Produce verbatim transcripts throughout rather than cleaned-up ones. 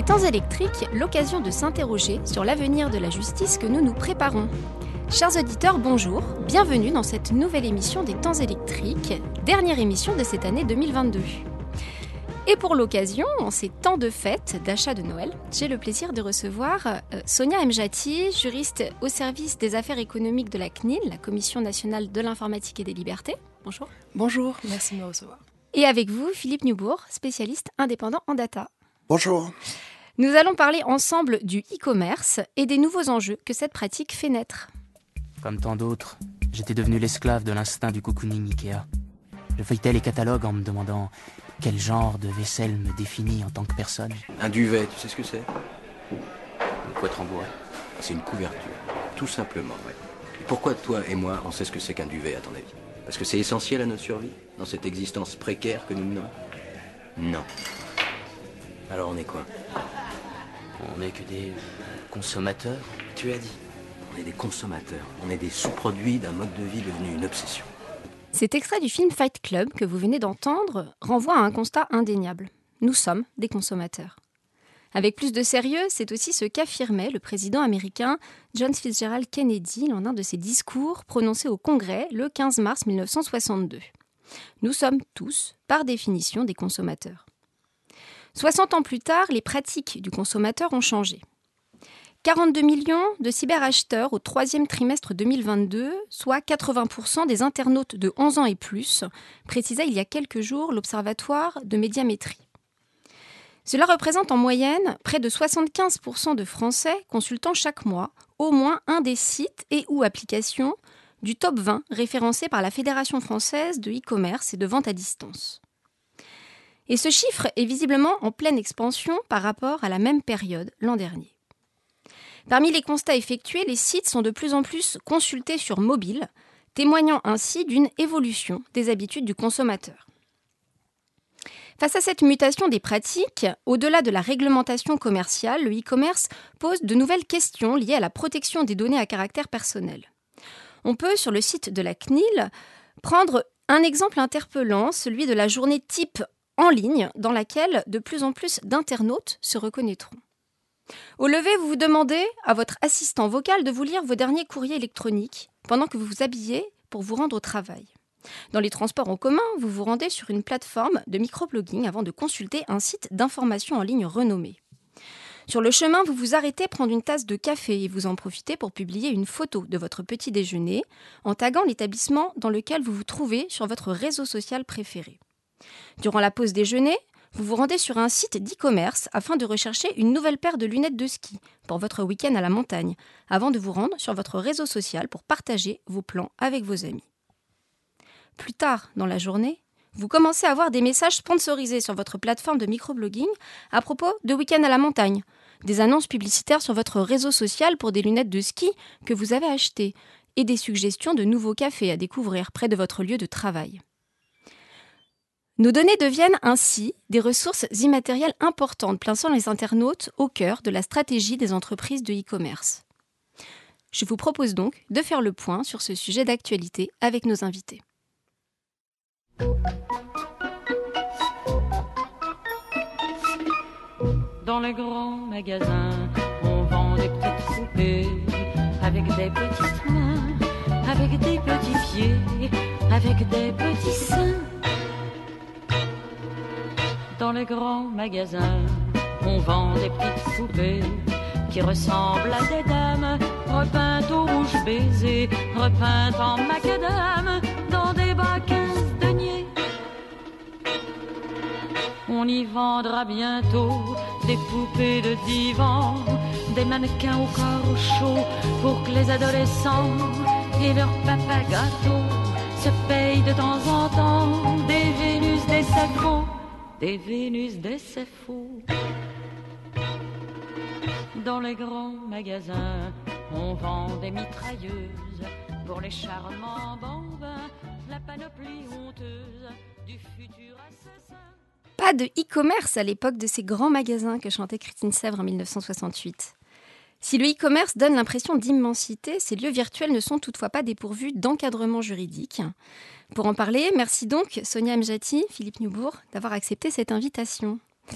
Temps électrique, l'occasion de s'interroger sur l'avenir de la justice que nous nous préparons. Chers auditeurs, bonjour, bienvenue dans cette nouvelle émission des Temps électriques, dernière émission de cette année deux mille vingt-deux. Et pour l'occasion, en ces temps de fête, d'achat de Noël, j'ai le plaisir de recevoir euh, Sonia Mjati, juriste au service des affaires économiques de la C N I L, la Commission nationale de l'informatique et des libertés. Bonjour. Bonjour, merci de me recevoir. Et avec vous, Philippe Newbourg, spécialiste indépendant en data. Bonjour. Nous allons parler ensemble du e-commerce et des nouveaux enjeux que cette pratique fait naître. Comme tant d'autres, j'étais devenu l'esclave de l'instinct du cocooning Ikea. Je feuilletais les catalogues en me demandant quel genre de vaisselle me définit en tant que personne. Un duvet, tu sais ce que c'est? Une couette rembourrée. C'est une couverture, tout simplement, ouais. Et pourquoi toi et moi, on sait ce que c'est qu'un duvet, à ton avis? Parce que c'est essentiel à notre survie, dans cette existence précaire que nous menons? Non. Alors on est quoi? On n'est que des consommateurs. Tu as dit. On est des consommateurs. On est des sous-produits d'un mode de vie devenu une obsession. Cet extrait du film Fight Club que vous venez d'entendre renvoie à un constat indéniable. Nous sommes des consommateurs. Avec plus de sérieux, c'est aussi ce qu'affirmait le président américain John Fitzgerald Kennedy lors d'un de ses discours prononcés au Congrès le quinze mars mille neuf cent soixante-deux. Nous sommes tous, par définition, des consommateurs. soixante ans plus tard, les pratiques du consommateur ont changé. quarante-deux millions de cyberacheteurs au troisième trimestre deux mille vingt-deux, soit quatre-vingts pour cent des internautes de onze ans et plus, précisait il y a quelques jours l'Observatoire de médiamétrie. Cela représente en moyenne près de soixante-quinze pour cent de Français consultant chaque mois au moins un des sites et ou applications du top vingt référencés par la Fédération française de e-commerce et de vente à distance. Et ce chiffre est visiblement en pleine expansion par rapport à la même période l'an dernier. Parmi les constats effectués, les sites sont de plus en plus consultés sur mobile, témoignant ainsi d'une évolution des habitudes du consommateur. Face à cette mutation des pratiques, au-delà de la réglementation commerciale, le e-commerce pose de nouvelles questions liées à la protection des données à caractère personnel. On peut, sur le site de la C N I L, prendre un exemple interpellant, celui de la journée type en ligne, dans laquelle de plus en plus d'internautes se reconnaîtront. Au lever, vous vous demandez à votre assistant vocal de vous lire vos derniers courriers électroniques pendant que vous vous habillez pour vous rendre au travail. Dans les transports en commun, vous vous rendez sur une plateforme de microblogging avant de consulter un site d'information en ligne renommé. Sur le chemin, vous vous arrêtez prendre une tasse de café et vous en profitez pour publier une photo de votre petit déjeuner en taguant l'établissement dans lequel vous vous trouvez sur votre réseau social préféré. Durant la pause déjeuner, vous vous rendez sur un site d'e-commerce afin de rechercher une nouvelle paire de lunettes de ski pour votre week-end à la montagne, avant de vous rendre sur votre réseau social pour partager vos plans avec vos amis. Plus tard dans la journée, vous commencez à avoir des messages sponsorisés sur votre plateforme de microblogging à propos de week-end à la montagne, des annonces publicitaires sur votre réseau social pour des lunettes de ski que vous avez achetées et des suggestions de nouveaux cafés à découvrir près de votre lieu de travail. Nos données deviennent ainsi des ressources immatérielles importantes, plaçant les internautes au cœur de la stratégie des entreprises de e-commerce. Je vous propose donc de faire le point sur ce sujet d'actualité avec nos invités. Dans les grands magasins, on vend des petites poupées avec des petites mains, avec des petits pieds, avec des petits seins. Dans les grands magasins, on vend des petites poupées qui ressemblent à des dames, repeintes au rouge baiser, repeintes en macadam, dans des baquins de niais. On y vendra bientôt des poupées de divan, des mannequins au corps chaud, pour que les adolescents et leurs papas gâteaux se payent de temps en temps des Vénus, des Sappho. Des Vénus, des Sappho. Dans les grands magasins, on vend des mitrailleuses pour les charmants bambins, la panoplie honteuse du futur assassin. Pas de e-commerce à l'époque de ces grands magasins que chantait Christine Sèvres en mille neuf cent soixante-huit. Si le e-commerce donne l'impression d'immensité, ces lieux virtuels ne sont toutefois pas dépourvus d'encadrement juridique. Pour en parler, merci donc Sonia Mjati, Philippe Newbourg, d'avoir accepté cette invitation.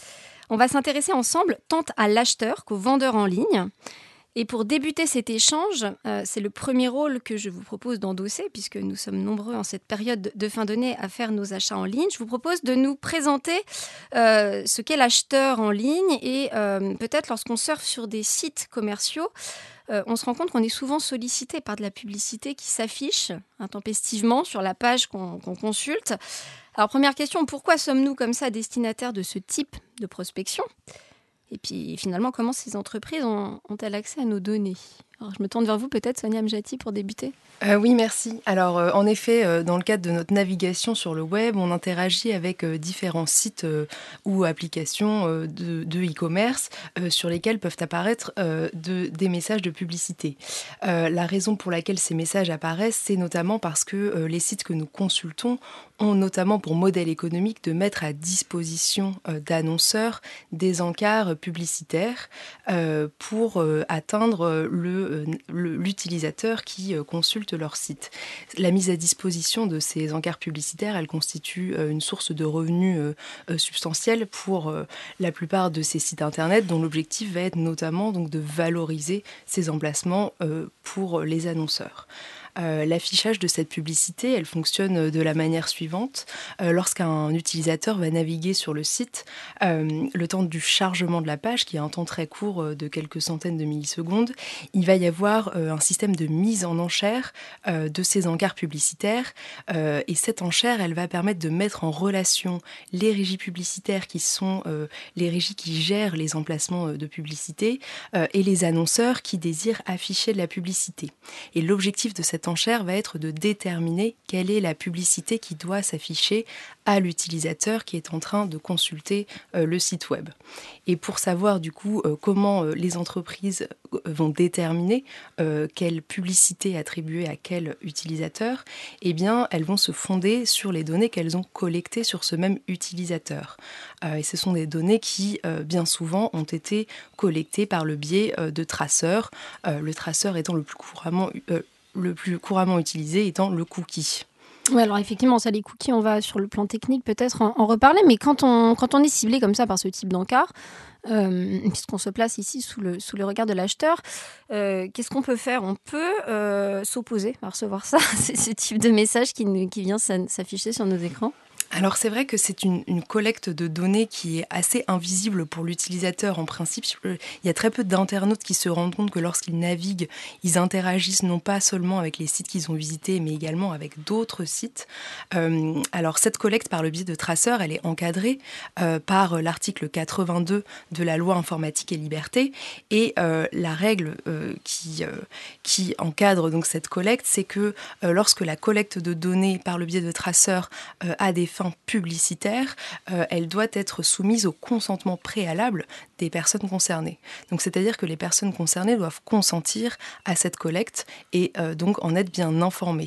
On va s'intéresser ensemble tant à l'acheteur qu'au vendeur en ligne. Et pour débuter cet échange, euh, c'est le premier rôle que je vous propose d'endosser, puisque nous sommes nombreux en cette période de fin d'année à faire nos achats en ligne. Je vous propose de nous présenter euh, ce qu'est l'acheteur en ligne et euh, peut-être lorsqu'on surfe sur des sites commerciaux, euh, on se rend compte qu'on est souvent sollicité par de la publicité qui s'affiche intempestivement sur la page qu'on, qu'on consulte. Alors première question, pourquoi sommes-nous comme ça destinataires de ce type de prospection ? Et puis finalement, comment ces entreprises ont, ont-elles accès à nos données ? Alors, je me tourne vers vous peut-être, Sonia Mjati, pour débuter. Euh, oui, merci. Alors, euh, en effet, euh, dans le cadre de notre navigation sur le web, on interagit avec euh, différents sites euh, ou applications euh, de, de e-commerce euh, sur lesquels peuvent apparaître euh, de, des messages de publicité. Euh, la raison pour laquelle ces messages apparaissent, c'est notamment parce que euh, les sites que nous consultons ont notamment pour modèle économique de mettre à disposition euh, d'annonceurs des encarts publicitaires euh, pour euh, atteindre le, euh, le, l'utilisateur qui euh, consulte leur site. La mise à disposition de ces encarts publicitaires, elle constitue euh, une source de revenus euh, euh, substantielle pour euh, la plupart de ces sites internet, dont l'objectif va être notamment donc, de valoriser ces emplacements euh, pour les annonceurs. Euh, l'affichage de cette publicité, elle fonctionne de la manière suivante. Euh, lorsqu'un utilisateur va naviguer sur le site, euh, le temps du chargement de la page, qui est un temps très court euh, de quelques centaines de millisecondes, il va y avoir euh, un système de mise en enchère euh, de ces encarts publicitaires. Euh, et cette enchère, elle va permettre de mettre en relation les régies publicitaires, qui sont euh, les régies qui gèrent les emplacements de publicité, euh, et les annonceurs qui désirent afficher de la publicité. Et l'objectif de cette enchère va être de déterminer quelle est la publicité qui doit s'afficher à l'utilisateur qui est en train de consulter euh, le site web. Et pour savoir du coup euh, comment euh, les entreprises vont déterminer euh, quelle publicité attribuer à quel utilisateur, eh bien elles vont se fonder sur les données qu'elles ont collectées sur ce même utilisateur. Euh, et ce sont des données qui euh, bien souvent ont été collectées par le biais euh, de traceurs, euh, le traceur étant le plus couramment euh, le plus couramment utilisé étant le cookie. Oui, alors effectivement, ça, les cookies, on va sur le plan technique peut-être en, en reparler, mais quand on, quand on est ciblé comme ça par ce type d'encart, euh, puisqu'on se place ici sous le, sous le regard de l'acheteur, euh, qu'est-ce qu'on peut faire ? On peut euh, s'opposer à recevoir ça, c'est ce type de message qui, qui vient s'afficher sur nos écrans. Alors c'est vrai que c'est une, une collecte de données qui est assez invisible pour l'utilisateur en principe. Il y a très peu d'internautes qui se rendent compte que lorsqu'ils naviguent, ils interagissent non pas seulement avec les sites qu'ils ont visités, mais également avec d'autres sites. Euh, alors cette collecte par le biais de traceurs, elle est encadrée euh, par l'article quatre-vingt-deux de la loi informatique et liberté. Et euh, la règle euh, qui, euh, qui encadre donc cette collecte, c'est que euh, lorsque la collecte de données par le biais de traceurs euh, a des fins publicitaire, euh, elle doit être soumise au consentement préalable des personnes concernées. Donc, c'est-à-dire que les personnes concernées doivent consentir à cette collecte et euh, donc en être bien informées.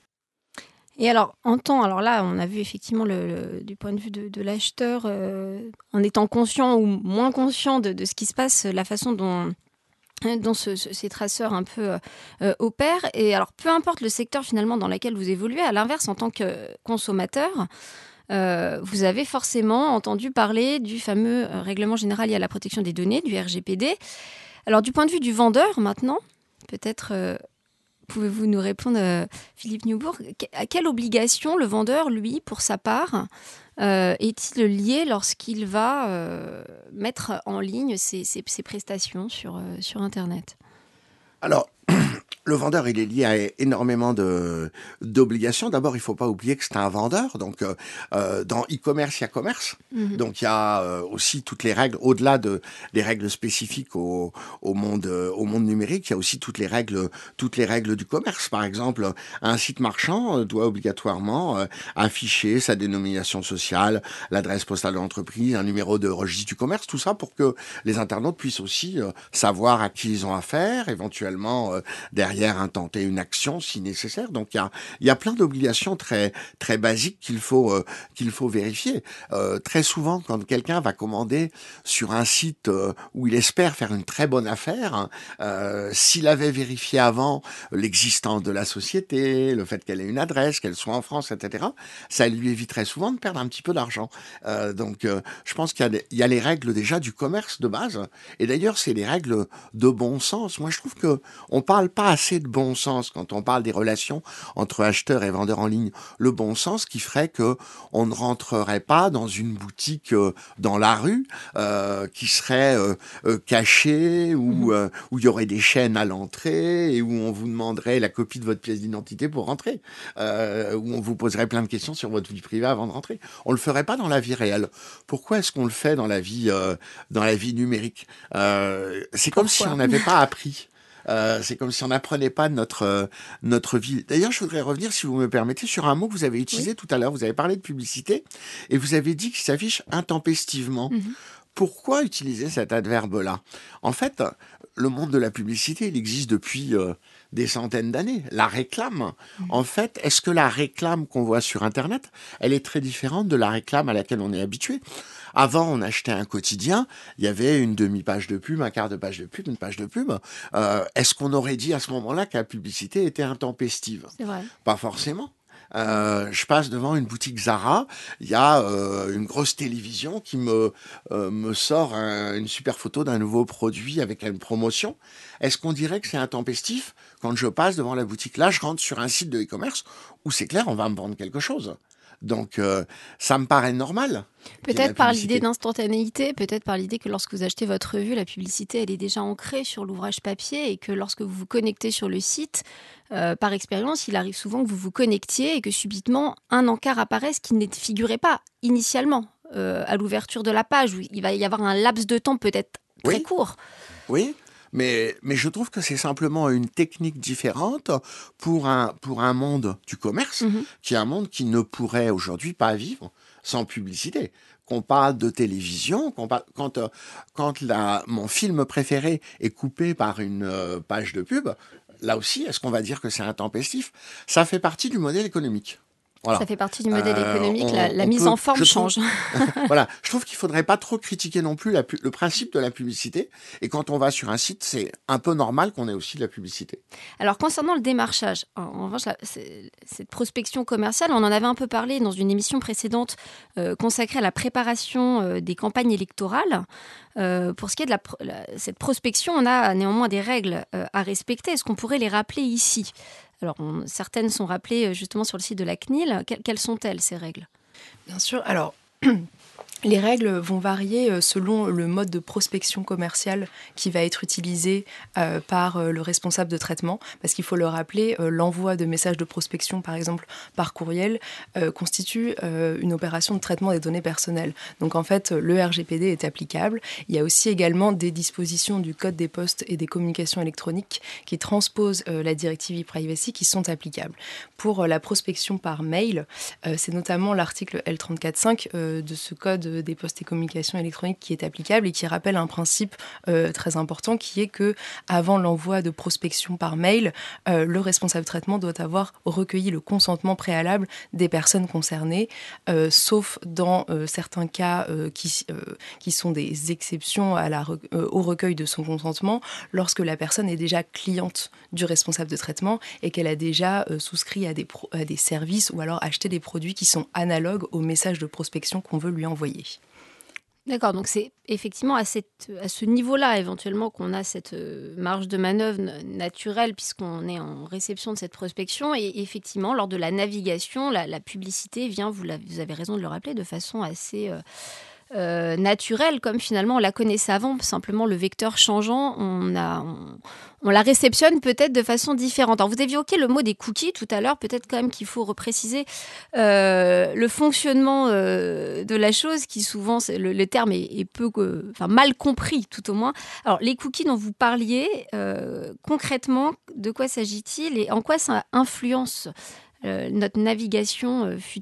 Et alors, en temps, alors là, on a vu effectivement le, le, du point de vue de, de l'acheteur, euh, en étant conscient ou moins conscient de, de ce qui se passe, la façon dont dont ce, ce, ces traceurs un peu euh, opèrent. Et alors, peu importe le secteur finalement dans lequel vous évoluez, à l'inverse, en tant que consommateur, euh, vous avez forcément entendu parler du fameux règlement général lié à la protection des données, du R G P D. Alors, du point de vue du vendeur, maintenant, peut-être euh, pouvez-vous nous répondre, euh, Philippe Newbourg, à quelle obligation le vendeur, lui, pour sa part, Euh, est-il lié lorsqu'il va euh, mettre en ligne ses, ses, ses prestations sur, euh, sur Internet ? Alors, le vendeur, il est lié à énormément de d'obligations. D'abord, il faut pas oublier que c'est un vendeur. Donc, euh, dans e-commerce, il y a commerce. Mmh. Donc, il y a euh, aussi toutes les règles, au-delà de des règles spécifiques au, au monde euh, au monde numérique, il y a aussi toutes les règles toutes les règles du commerce. Par exemple, un site marchand doit obligatoirement euh, afficher sa dénomination sociale, l'adresse postale de l'entreprise, un numéro de registre du commerce, tout ça pour que les internautes puissent aussi euh, savoir à qui ils ont affaire, éventuellement euh, derrière derrière intenter une action si nécessaire. Donc il y a, il y a plein d'obligations très très basiques qu'il faut euh, qu'il faut vérifier. Euh, très souvent, quand quelqu'un va commander sur un site euh, où il espère faire une très bonne affaire, euh, s'il avait vérifié avant l'existence de la société, le fait qu'elle ait une adresse, qu'elle soit en France, et cetera, ça lui éviterait souvent de perdre un petit peu d'argent. Euh, donc, euh, je pense qu'il y a, des, il y a les règles déjà du commerce de base. Et d'ailleurs, c'est les règles de bon sens. Moi, je trouve que on parle pas assez de bon sens quand on parle des relations entre acheteurs et vendeurs en ligne. Le bon sens qui ferait que on ne rentrerait pas dans une boutique euh, dans la rue euh, qui serait euh, euh, cachée, où, euh, où il y aurait des chaînes à l'entrée et où on vous demanderait la copie de votre pièce d'identité pour rentrer, euh, où on vous poserait plein de questions sur votre vie privée avant de rentrer. On le ferait pas dans la vie réelle. Pourquoi est-ce qu'on le fait dans la vie, euh, dans la vie numérique? euh, C'est comme si on n'avait pas appris. Euh, c'est comme si on n'apprenait pas notre euh, notre vie. D'ailleurs, je voudrais revenir, si vous me permettez, sur un mot que vous avez utilisé oui. tout à l'heure. Vous avez parlé de publicité et vous avez dit qu'il s'affiche intempestivement. Mm-hmm. Pourquoi utiliser cet adverbe-là? En fait, le monde de la publicité, il existe depuis euh, des centaines d'années. La réclame, mmh. en fait, est-ce que la réclame qu'on voit sur Internet, elle est très différente de la réclame à laquelle on est habitué? Avant, on achetait un quotidien, il y avait une demi-page de pub, un quart de page de pub, une page de pub. Euh, est-ce qu'on aurait dit à ce moment-là que la publicité était intempestive? C'est vrai. Pas forcément. Euh, je passe devant une boutique Zara, il y a euh, une grosse télévision qui me, euh, me sort un, une super photo d'un nouveau produit avec une promotion. Est-ce qu'on dirait que c'est intempestif quand je passe devant la boutique? Là, je rentre sur un site de e-commerce où c'est clair, on va me vendre quelque chose. Donc, euh, ça me paraît normal. Peut-être par l'idée d'instantanéité, peut-être par l'idée que lorsque vous achetez votre revue, la publicité, elle est déjà ancrée sur l'ouvrage papier et que lorsque vous vous connectez sur le site, euh, par expérience, il arrive souvent que vous vous connectiez et que subitement, un encart apparaisse qui ne figurait pas initialement euh, à l'ouverture de la page, où il va y avoir un laps de temps peut-être très oui. court. Oui. Mais, mais je trouve que c'est simplement une technique différente pour un, pour un monde du commerce, mmh. qui est un monde qui ne pourrait aujourd'hui pas vivre sans publicité. Qu'on parle de télévision, qu'on parle, quand, euh, quand la, mon film préféré est coupé par une euh, page de pub, là aussi, est-ce qu'on va dire que c'est intempestif? Ça fait partie du modèle économique. Voilà. Ça fait partie du modèle euh, économique, on, la, la on mise peut, en forme change. Trouve, voilà, je trouve qu'il ne faudrait pas trop critiquer non plus la, le principe de la publicité. Et quand on va sur un site, c'est un peu normal qu'on ait aussi de la publicité. Alors, concernant le démarchage, en, en revanche, la, cette prospection commerciale, on en avait un peu parlé dans une émission précédente euh, consacrée à la préparation euh, des campagnes électorales. Euh, pour ce qui est de la, la, cette prospection, on a néanmoins des règles euh, à respecter. Est-ce qu'on pourrait les rappeler ici ? Alors, on, certaines sont rappelées justement sur le site de la C N I L. Que, quelles sont-elles, ces règles ? Bien sûr. Alors, les règles vont varier selon le mode de prospection commerciale qui va être utilisé euh, par euh, le responsable de traitement. Parce qu'il faut le rappeler, euh, l'envoi de messages de prospection, par exemple, par courriel, euh, constitue euh, une opération de traitement des données personnelles. Donc, en fait, le R G P D est applicable. Il y a aussi également des dispositions du Code des postes et des communications électroniques qui transposent euh, la directive e-privacy qui sont applicables. Pour euh, la prospection par mail, euh, c'est notamment l'article L trente-quatre cinq euh, de ce Code des postes et communications électroniques qui est applicable et qui rappelle un principe euh, très important qui est que avant l'envoi de prospection par mail, euh, le responsable de traitement doit avoir recueilli le consentement préalable des personnes concernées, euh, sauf dans euh, certains cas euh, qui, euh, qui sont des exceptions à la, euh, au recueil de son consentement, lorsque la personne est déjà cliente du responsable de traitement et qu'elle a déjà euh, souscrit à des, pro- à des services ou alors acheté des produits qui sont analogues au message de prospection qu'on veut lui envoyer. D'accord, donc c'est effectivement à, cette, à ce niveau-là éventuellement qu'on a cette marge de manœuvre naturelle puisqu'on est en réception de cette prospection et effectivement lors de la navigation, la, la publicité vient, vous, la, vous avez raison de le rappeler, de façon assez euh, euh, naturelle comme finalement on la connaissait avant, simplement le vecteur changeant, on, a, on, on la réceptionne peut-être de façon différente. Alors vous avez évoqué le mot des cookies tout à l'heure, peut-être quand même qu'il faut repréciser euh, le fonctionnement euh, de la chose qui souvent, le, le terme est, est peu, euh, enfin mal compris tout au moins. Alors les cookies dont vous parliez, euh, concrètement, de quoi s'agit-il et en quoi ça influence euh, notre navigation euh, future ?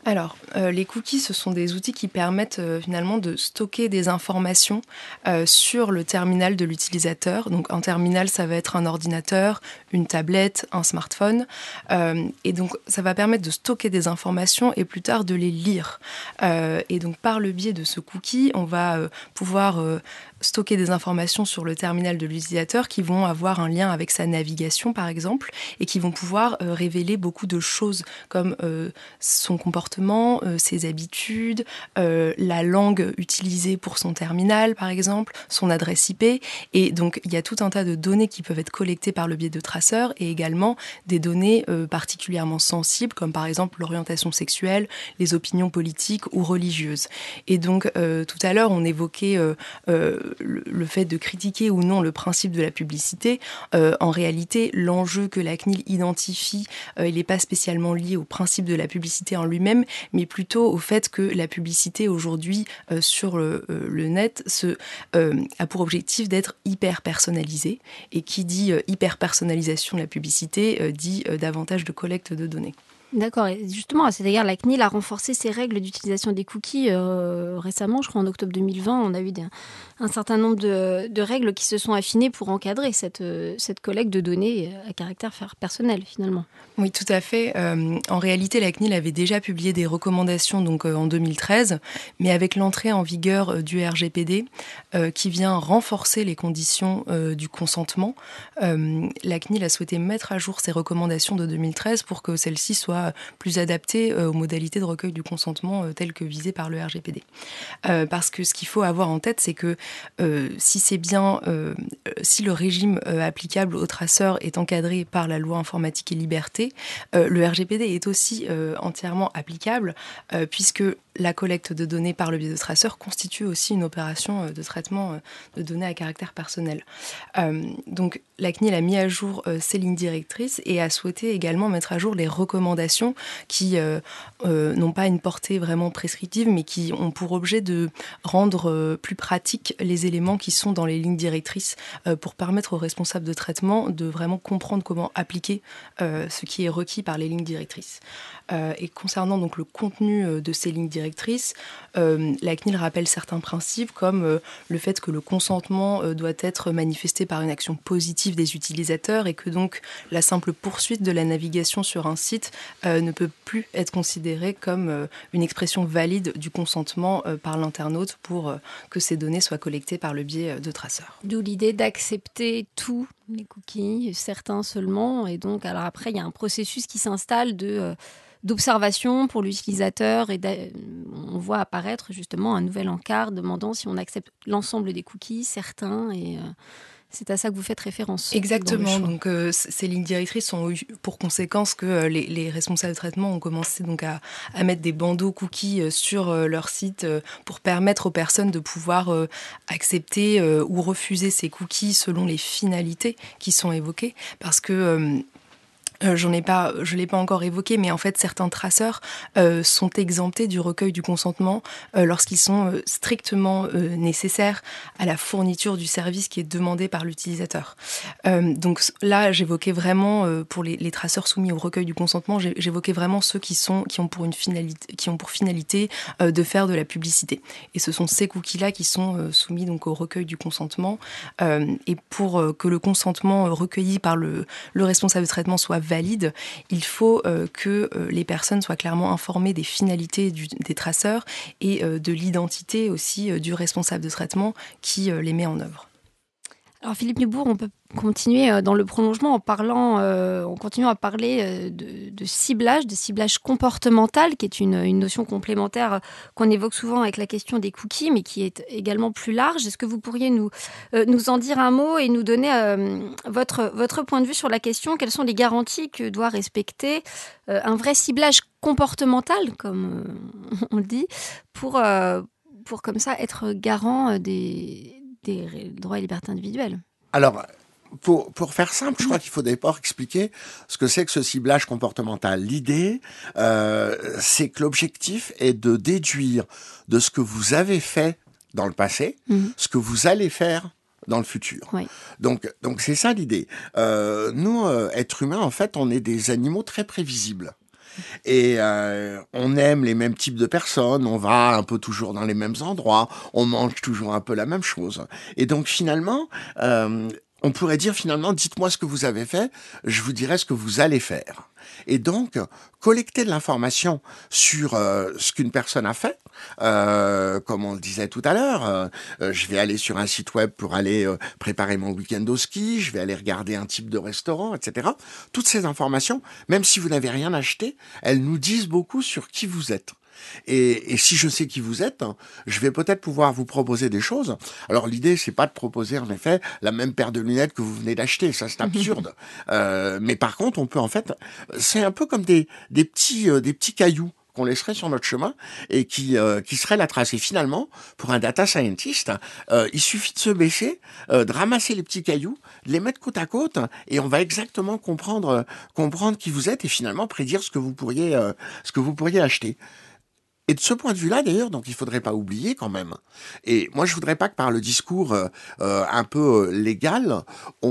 Alors, euh, les cookies, ce sont des outils qui permettent euh, finalement de stocker des informations euh, sur le terminal de l'utilisateur. Donc, un terminal, ça va être un ordinateur, une tablette, un smartphone. Euh, et donc, ça va permettre de stocker des informations et plus tard de les lire. Euh, et donc, par le biais de ce cookie, on va euh, pouvoir euh, stocker des informations sur le terminal de l'utilisateur qui vont avoir un lien avec sa navigation, par exemple, et qui vont pouvoir euh, révéler beaucoup de choses comme euh, son comportement, euh, ses habitudes, euh, la langue utilisée pour son terminal, par exemple, son adresse I P. Et donc, il y a tout un tas de données qui peuvent être collectées par le biais de traceurs et également des données euh, particulièrement sensibles, comme par exemple l'orientation sexuelle, les opinions politiques ou religieuses. Et donc, euh, tout à l'heure, on évoquait euh, euh, le, le fait de critiquer ou non le principe de la publicité. Euh, en réalité, l'enjeu que la C N I L identifie, euh, il n'est pas spécialement lié au principe de la publicité en lui-même, mais plutôt au fait que la publicité aujourd'hui euh, sur le, euh, le net se, euh, a pour objectif d'être hyper personnalisée. Et qui dit euh, hyper personnalisation de la publicité euh, dit euh, davantage de collecte de données. D'accord, et justement, à cet égard, la C N I L a renforcé ses règles d'utilisation des cookies euh, récemment, je crois en octobre deux mille vingt, on a eu des, un certain nombre de, de règles qui se sont affinées pour encadrer cette, cette collecte de données à caractère personnel, finalement. Oui, tout à fait. Euh, en réalité, la C N I L avait déjà publié des recommandations donc, euh, en deux mille treize, mais avec l'entrée en vigueur euh, du R G P D, euh, qui vient renforcer les conditions euh, du consentement, euh, la C N I L a souhaité mettre à jour ces recommandations de deux mille treize pour que celles-ci soient plus adaptées euh, aux modalités de recueil du consentement euh, telles que visées par le R G P D. Euh, parce que ce qu'il faut avoir en tête, c'est que euh, si c'est bien, euh, si le régime euh, applicable aux traceurs est encadré par la loi informatique et liberté, Euh, le R G P D est aussi euh, entièrement applicable euh, puisque la collecte de données par le biais de traceurs constitue aussi une opération euh, de traitement euh, de données à caractère personnel. Euh, donc la C N I L a mis à jour euh, ses lignes directrices et a souhaité également mettre à jour les recommandations qui euh, euh, n'ont pas une portée vraiment prescriptive mais qui ont pour objet de rendre euh, plus pratiques les éléments qui sont dans les lignes directrices euh, pour permettre aux responsables de traitement de vraiment comprendre comment appliquer euh, ce qui est requis par les lignes directrices. Euh, et concernant donc le contenu euh, de ces lignes directrices, euh, la C N I L rappelle certains principes comme euh, le fait que le consentement euh, doit être manifesté par une action positive des utilisateurs et que donc la simple poursuite de la navigation sur un site euh, ne peut plus être considérée comme euh, une expression valide du consentement euh, par l'internaute pour euh, que ces données soient collectées par le biais de traceurs. D'où l'idée d'accepter tous les cookies, certains seulement, et donc alors après il y a un processus qui s'installe de euh, d'observation pour l'utilisateur et on voit apparaître justement un nouvel encart demandant si on accepte l'ensemble des cookies, certains, et euh, c'est à ça que vous faites référence. Exactement. Donc, euh, ces lignes directrices ont eu pour conséquence que euh, les, les responsables de traitement ont commencé donc à, à mettre des bandeaux cookies euh, sur euh, leur site euh, pour permettre aux personnes de pouvoir euh, accepter euh, ou refuser ces cookies selon les finalités qui sont évoquées. Parce que euh, Euh, j'en ai pas, je l'ai pas encore évoqué, mais en fait certains traceurs euh, sont exemptés du recueil du consentement euh, lorsqu'ils sont euh, strictement euh, nécessaires à la fourniture du service qui est demandé par l'utilisateur. Euh, donc là, j'évoquais vraiment euh, pour les, les traceurs soumis au recueil du consentement, j'évoquais vraiment ceux qui sont qui ont pour une finalité, qui ont pour finalité euh, de faire de la publicité. Et ce sont ces cookies-là qui sont euh, soumis donc au recueil du consentement. Euh, et pour euh, que le consentement euh, recueilli par le, le responsable de traitement soit valide, il faut euh, que euh, les personnes soient clairement informées des finalités du, des traceurs et euh, de l'identité aussi euh, du responsable de traitement qui euh, les met en œuvre. Alors Philippe Neubourg, on peut continuer dans le prolongement en parlant, euh, en continuant à parler de, de ciblage, de ciblage comportemental, qui est une, une notion complémentaire qu'on évoque souvent avec la question des cookies, mais qui est également plus large. Est-ce que vous pourriez nous, euh, nous en dire un mot et nous donner euh, votre, votre point de vue sur la question? Quelles sont les garanties que doit respecter euh, un vrai ciblage comportemental, comme euh, on le dit, pour, euh, pour comme ça être garant des... des droits et libertés individuels? Alors, pour, pour faire simple, je crois qu'il faut d'abord expliquer ce que c'est que ce ciblage comportemental. L'idée, euh, c'est que l'objectif est de déduire de ce que vous avez fait dans le passé, mmh. ce que vous allez faire dans le futur. Oui. Donc, donc c'est ça l'idée. Euh, nous, euh, êtres humains, en fait, on est des animaux très prévisibles. Et euh, on aime les mêmes types de personnes, on va un peu toujours dans les mêmes endroits, on mange toujours un peu la même chose. Et donc finalement, euh, on pourrait dire finalement, dites-moi ce que vous avez fait, je vous dirai ce que vous allez faire. Et donc, collecter de l'information sur euh, ce qu'une personne a fait, euh, comme on le disait tout à l'heure, euh, euh, je vais aller sur un site web pour aller euh, préparer mon week-end au ski, je vais aller regarder un type de restaurant, et cetera. Toutes ces informations, même si vous n'avez rien acheté, elles nous disent beaucoup sur qui vous êtes. Et, et si je sais qui vous êtes, je vais peut-être pouvoir vous proposer des choses. Alors l'idée, c'est pas de proposer en effet la même paire de lunettes que vous venez d'acheter, ça c'est absurde. euh, mais par contre, on peut en fait, c'est un peu comme des des petits euh, des petits cailloux qu'on laisserait sur notre chemin et qui euh, qui seraient la trace. Et finalement, pour un data scientist, euh, il suffit de se baisser, euh, de ramasser les petits cailloux, de les mettre côte à côte, et on va exactement comprendre euh, comprendre qui vous êtes et finalement prédire ce que vous pourriez euh, ce que vous pourriez acheter. Et de ce point de vue-là, d'ailleurs, donc il faudrait pas oublier quand même. Et moi, je voudrais pas que par le discours euh, euh, un peu légal,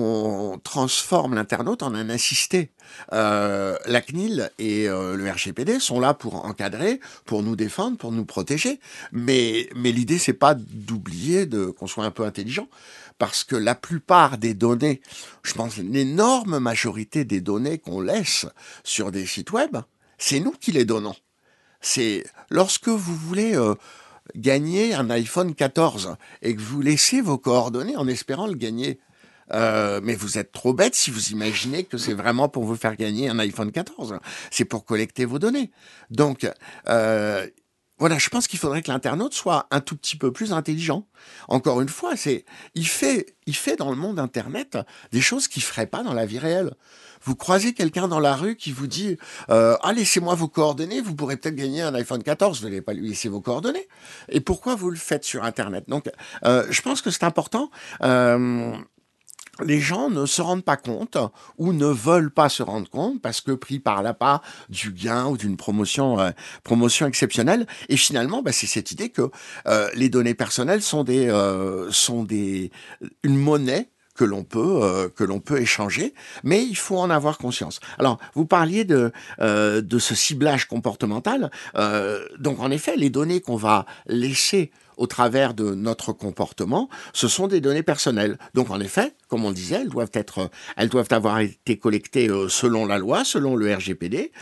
on transforme l'internaute en un assisté. Euh, la C N I L et euh, le R G P D sont là pour encadrer, pour nous défendre, pour nous protéger. Mais, mais l'idée, c'est pas d'oublier de, qu'on soit un peu intelligent. Parce que la plupart des données, je pense l'énorme majorité des données qu'on laisse sur des sites web, c'est nous qui les donnons. C'est lorsque vous voulez euh, gagner un iPhone quatorze et que vous laissez vos coordonnées en espérant le gagner. Euh, mais vous êtes trop bête si vous imaginez que c'est vraiment pour vous faire gagner un iPhone quatorze. C'est pour collecter vos données. Donc, euh, voilà, je pense qu'il faudrait que l'internaute soit un tout petit peu plus intelligent. Encore une fois, c'est, il fait, il fait dans le monde Internet des choses qu'il ferait pas dans la vie réelle. Vous croisez quelqu'un dans la rue qui vous dit euh, « Ah, laissez-moi vos coordonnées, vous pourrez peut-être gagner un iPhone quatorze. » Vous n'allez pas lui laisser vos coordonnées. Et pourquoi vous le faites sur Internet ? Donc, euh, je pense que c'est important. Euh, les gens ne se rendent pas compte ou ne veulent pas se rendre compte parce que pris par l'appât du gain ou d'une promotion euh, promotion exceptionnelle. Et finalement, bah, c'est cette idée que euh, les données personnelles sont des euh, sont des une monnaie que l'on peut euh, que l'on peut échanger, mais il faut en avoir conscience. Alors, vous parliez de euh, de ce ciblage comportemental. Euh, donc, en effet, les données qu'on va laisser au travers de notre comportement, ce sont des données personnelles. Donc, en effet, comme on le disait, elles doivent être, elles doivent avoir été collectées selon la loi, selon le R G P D.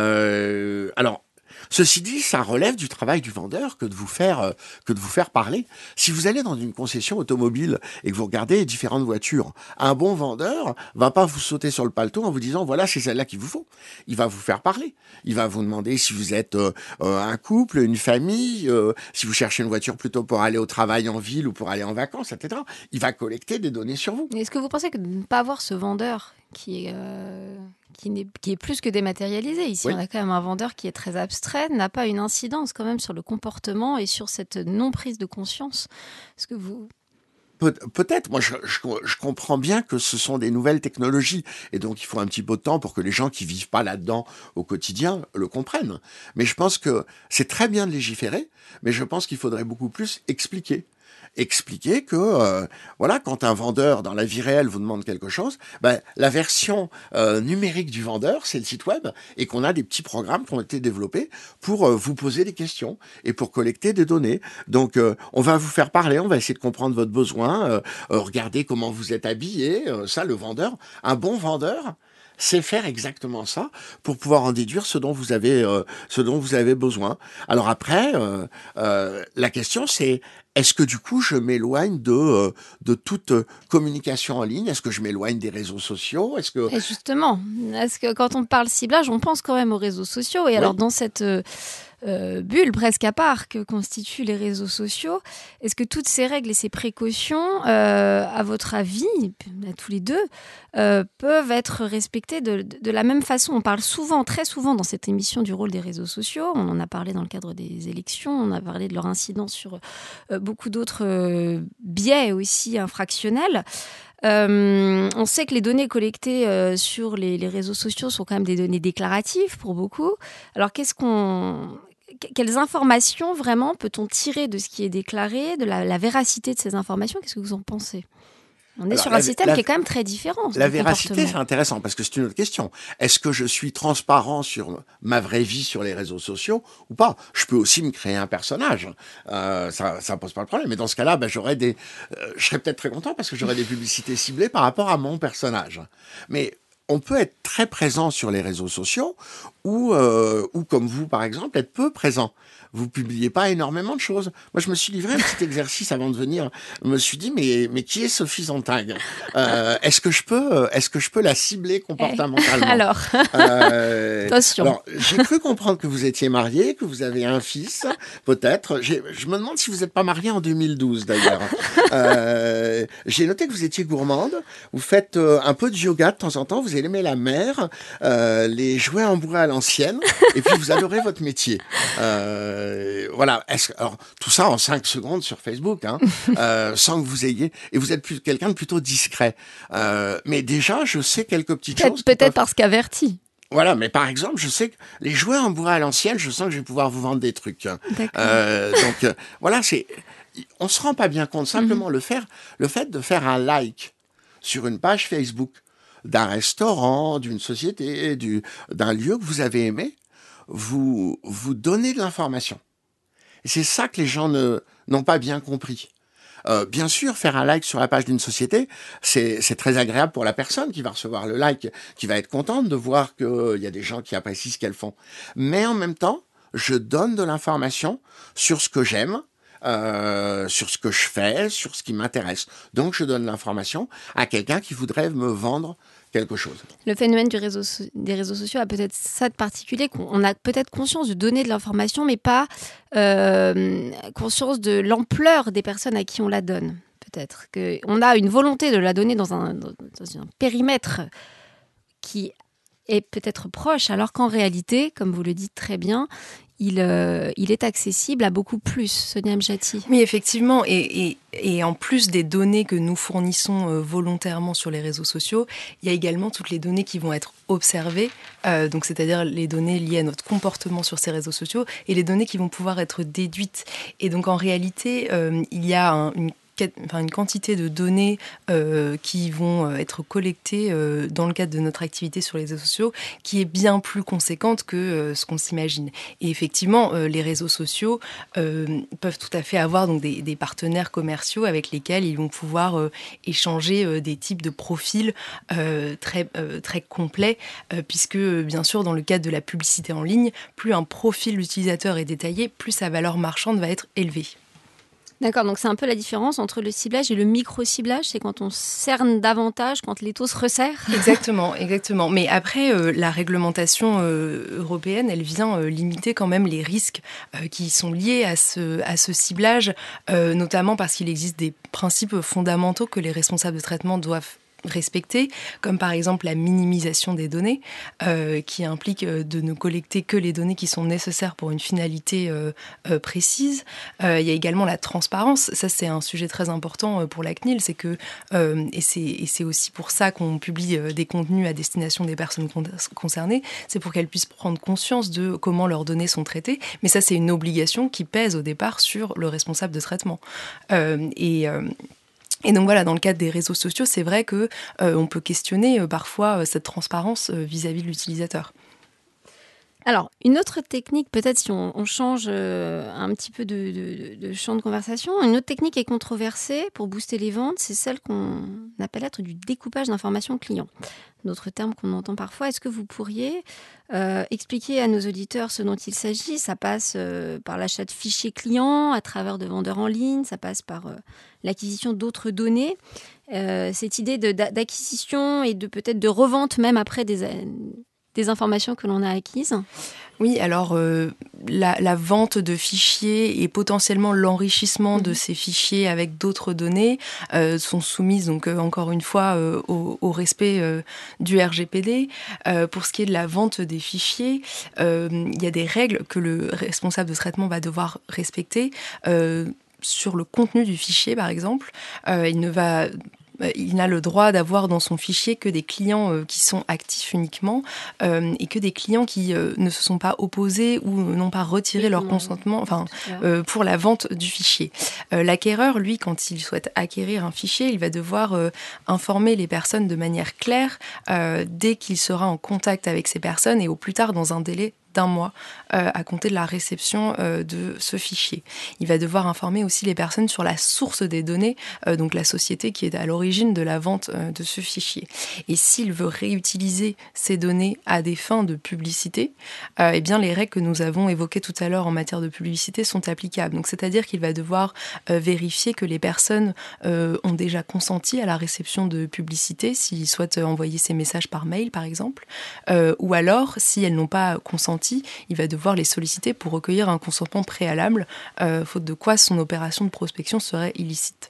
Euh, alors, ceci dit, ça relève du travail du vendeur que de vous faire euh, que de vous faire parler. Si vous allez dans une concession automobile et que vous regardez différentes voitures, un bon vendeur va pas vous sauter sur le paletot en vous disant voilà, c'est celle-là qu'il vous faut. Il va vous faire parler. Il va vous demander si vous êtes euh, euh, un couple, une famille, euh, si vous cherchez une voiture plutôt pour aller au travail en ville ou pour aller en vacances, et cetera. Il va collecter des données sur vous. Est-ce que vous pensez que de ne pas avoir ce vendeur qui est euh... Qui, n'est, qui est plus que dématérialisé. Ici, oui. On a quand même un vendeur qui est très abstrait, n'a pas une incidence quand même sur le comportement et sur cette non-prise de conscience. Est-ce que vous... Pe- peut-être, moi je, je, je comprends bien que ce sont des nouvelles technologies et donc il faut un petit peu de temps pour que les gens qui vivent pas là-dedans au quotidien le comprennent. Mais je pense que c'est très bien de légiférer, mais je pense qu'il faudrait beaucoup plus expliquer. Expliquer que euh, voilà, quand un vendeur dans la vie réelle vous demande quelque chose, ben, la version euh, numérique du vendeur, c'est le site web, et qu'on a des petits programmes qui ont été développés pour euh, vous poser des questions et pour collecter des données. Donc, euh, on va vous faire parler, on va essayer de comprendre votre besoin, euh, euh, regarder comment vous êtes habillé, euh, ça, le vendeur, un bon vendeur, c'est faire exactement ça pour pouvoir en déduire ce dont vous avez, euh, ce dont vous avez besoin. Alors après, euh, euh, la question c'est est-ce que du coup je m'éloigne de euh, de toute communication en ligne ? Est-ce que je m'éloigne des réseaux sociaux ? Est-ce que et justement, est-ce que quand on parle ciblage, on pense quand même aux réseaux sociaux et oui. Alors dans cette euh, Euh, bulle presque à part que constituent les réseaux sociaux. Est-ce que toutes ces règles et ces précautions, euh, à votre avis, à tous les deux, euh, peuvent être respectées de, de, de la même façon ? On parle souvent, très souvent dans cette émission du rôle des réseaux sociaux. On en a parlé dans le cadre des élections. On a parlé de leur incidence sur euh, beaucoup d'autres euh, biais aussi infractionnels. Euh, on sait que les données collectées euh, sur les, les réseaux sociaux sont quand même des données déclaratives pour beaucoup. Alors, qu'est-ce qu'on, quelles informations vraiment peut-on tirer de ce qui est déclaré, de la, la véracité de ces informations ? Qu'est-ce que vous en pensez ? On est Alors, sur la, un système la, qui est quand même très différent. La véracité, c'est intéressant parce que c'est une autre question. Est-ce que je suis transparent sur ma vraie vie sur les réseaux sociaux ou pas? Je peux aussi me créer un personnage. Euh, ça, ça pose pas de problème. Mais dans ce cas-là, ben, j'aurais des, euh, je serais peut-être très content parce que j'aurais des publicités ciblées par rapport à mon personnage. Mais on peut être très présent sur les réseaux sociaux ou, euh, ou comme vous, par exemple, être peu présent. Vous publiez pas énormément de choses. Moi, je me suis livré un petit exercice avant de venir. Je me suis dit, mais, mais qui est Sophie Zontag? euh, Est-ce que je peux, est-ce que je peux la cibler comportementalement? Alors, euh, attention. Alors, j'ai cru comprendre que vous étiez marié, que vous avez un fils, peut-être. J'ai, je me demande si vous n'êtes pas marié en deux mille douze, d'ailleurs. euh, j'ai noté que vous étiez gourmande. Vous faites euh, un peu de yoga de temps en temps. Vous aimez la mer, euh, les jouets en bois à l'ancienne, et puis vous adorez votre métier. Euh, Euh, voilà. Est-ce, alors, tout ça en cinq secondes sur Facebook, hein, euh, sans que vous ayez... Et vous êtes plus, quelqu'un de plutôt discret. Euh, mais déjà, je sais quelques petites peut-être, choses... Peut-être peuvent... parce qu'averti. Voilà, mais par exemple, je sais que les jouets en bois à l'ancienne, je sens que je vais pouvoir vous vendre des trucs. Euh, donc, euh, voilà, c'est... On se rend pas bien compte. Simplement, mm-hmm. le faire, le fait de faire un like sur une page Facebook d'un restaurant, d'une société, du, d'un lieu que vous avez aimé, vous, vous donnez de l'information. Et c'est ça que les gens ne, n'ont pas bien compris. Euh, bien sûr, faire un like sur la page d'une société, c'est, c'est très agréable pour la personne qui va recevoir le like, qui va être contente de voir qu'il y a des gens qui apprécient ce qu'elles font. Mais en même temps, je donne de l'information sur ce que j'aime, euh, sur ce que je fais, sur ce qui m'intéresse. Donc, je donne l'information à quelqu'un qui voudrait me vendre quelque chose. Le phénomène du réseau, des réseaux sociaux a peut-être ça de particulier, qu'on a peut-être conscience de donner de l'information, mais pas euh, conscience de l'ampleur des personnes à qui on la donne. Peut-être qu'on a une volonté de la donner dans un, dans un périmètre qui est peut-être proche, alors qu'en réalité, comme vous le dites très bien, il, euh, il est accessible à beaucoup plus. Sonia Amjati. Oui, effectivement. Et, et, et en plus des données que nous fournissons euh, volontairement sur les réseaux sociaux, il y a également toutes les données qui vont être observées, euh, donc c'est-à-dire les données liées à notre comportement sur ces réseaux sociaux et les données qui vont pouvoir être déduites. Et donc en réalité, euh, il y a un, une Enfin, une quantité de données euh, qui vont être collectées euh, dans le cadre de notre activité sur les réseaux sociaux qui est bien plus conséquente que euh, ce qu'on s'imagine. Et effectivement, euh, les réseaux sociaux euh, peuvent tout à fait avoir donc, des, des partenaires commerciaux avec lesquels ils vont pouvoir euh, échanger euh, des types de profils euh, très, euh, très complets, euh, puisque bien sûr, dans le cadre de la publicité en ligne, plus un profil utilisateur est détaillé, plus sa valeur marchande va être élevée. D'accord, donc c'est un peu la différence entre le ciblage et le micro-ciblage, c'est quand on cerne davantage, quand l'étau se resserre. Exactement, exactement. Mais après, euh, la réglementation euh, européenne, elle vient euh, limiter quand même les risques euh, qui sont liés à ce, à ce ciblage, euh, notamment parce qu'il existe des principes fondamentaux que les responsables de traitement doivent respecter, comme par exemple la minimisation des données, euh, qui implique euh, de ne collecter que les données qui sont nécessaires pour une finalité euh, euh, précise. Euh, il y a également la transparence. Ça, c'est un sujet très important euh, pour la C N I L. C'est que, euh, et, c'est, et c'est aussi pour ça qu'on publie euh, des contenus à destination des personnes con- concernées. C'est pour qu'elles puissent prendre conscience de comment leurs données sont traitées. Mais ça, c'est une obligation qui pèse au départ sur le responsable de traitement. Euh, et... Euh, Et donc voilà, dans le cadre des réseaux sociaux, c'est vrai que euh, on peut questionner euh, parfois euh, cette transparence euh, vis-à-vis de l'utilisateur. Alors, une autre technique, peut-être si on, on change euh, un petit peu de, de, de champ de conversation, une autre technique est controversée pour booster les ventes, c'est celle qu'on appelle être du découpage d'informations clients. D'autres termes qu'on entend parfois. Est-ce que vous pourriez euh, expliquer à nos auditeurs ce dont il s'agit ? Ça passe euh, par l'achat de fichiers clients à travers de vendeurs en ligne, ça passe par euh, l'acquisition d'autres données. Euh, cette idée de, d'acquisition et de peut-être de revente même après des... des informations que l'on a acquises ? Oui, alors euh, la, la vente de fichiers et potentiellement l'enrichissement mmh. de ces fichiers avec d'autres données euh, sont soumises, donc euh, encore une fois, euh, au, au respect euh, du R G P D. Euh, pour ce qui est de la vente des fichiers, euh, il y a des règles que le responsable de traitement va devoir respecter. Euh, sur le contenu du fichier, par exemple, euh, il ne va il n'a le droit d'avoir dans son fichier que des clients euh, qui sont actifs uniquement euh, et que des clients qui euh, ne se sont pas opposés ou n'ont pas retiré oui, leur consentement enfin, euh, pour la vente du fichier. Euh, l'acquéreur, lui, quand il souhaite acquérir un fichier, il va devoir euh, informer les personnes de manière claire euh, dès qu'il sera en contact avec ces personnes et au plus tard dans un délai d'un mois euh, à compter de la réception euh, de ce fichier. Il va devoir informer aussi les personnes sur la source des données, euh, donc la société qui est à l'origine de la vente euh, de ce fichier. Et s'il veut réutiliser ces données à des fins de publicité, euh, eh bien les règles que nous avons évoquées tout à l'heure en matière de publicité sont applicables. Donc c'est-à-dire qu'il va devoir euh, vérifier que les personnes euh, ont déjà consenti à la réception de publicité, s'ils souhaitent envoyer ces messages par mail par exemple, euh, ou alors si elles n'ont pas consenti, il va devoir les solliciter pour recueillir un consentement préalable, euh, faute de quoi son opération de prospection serait illicite.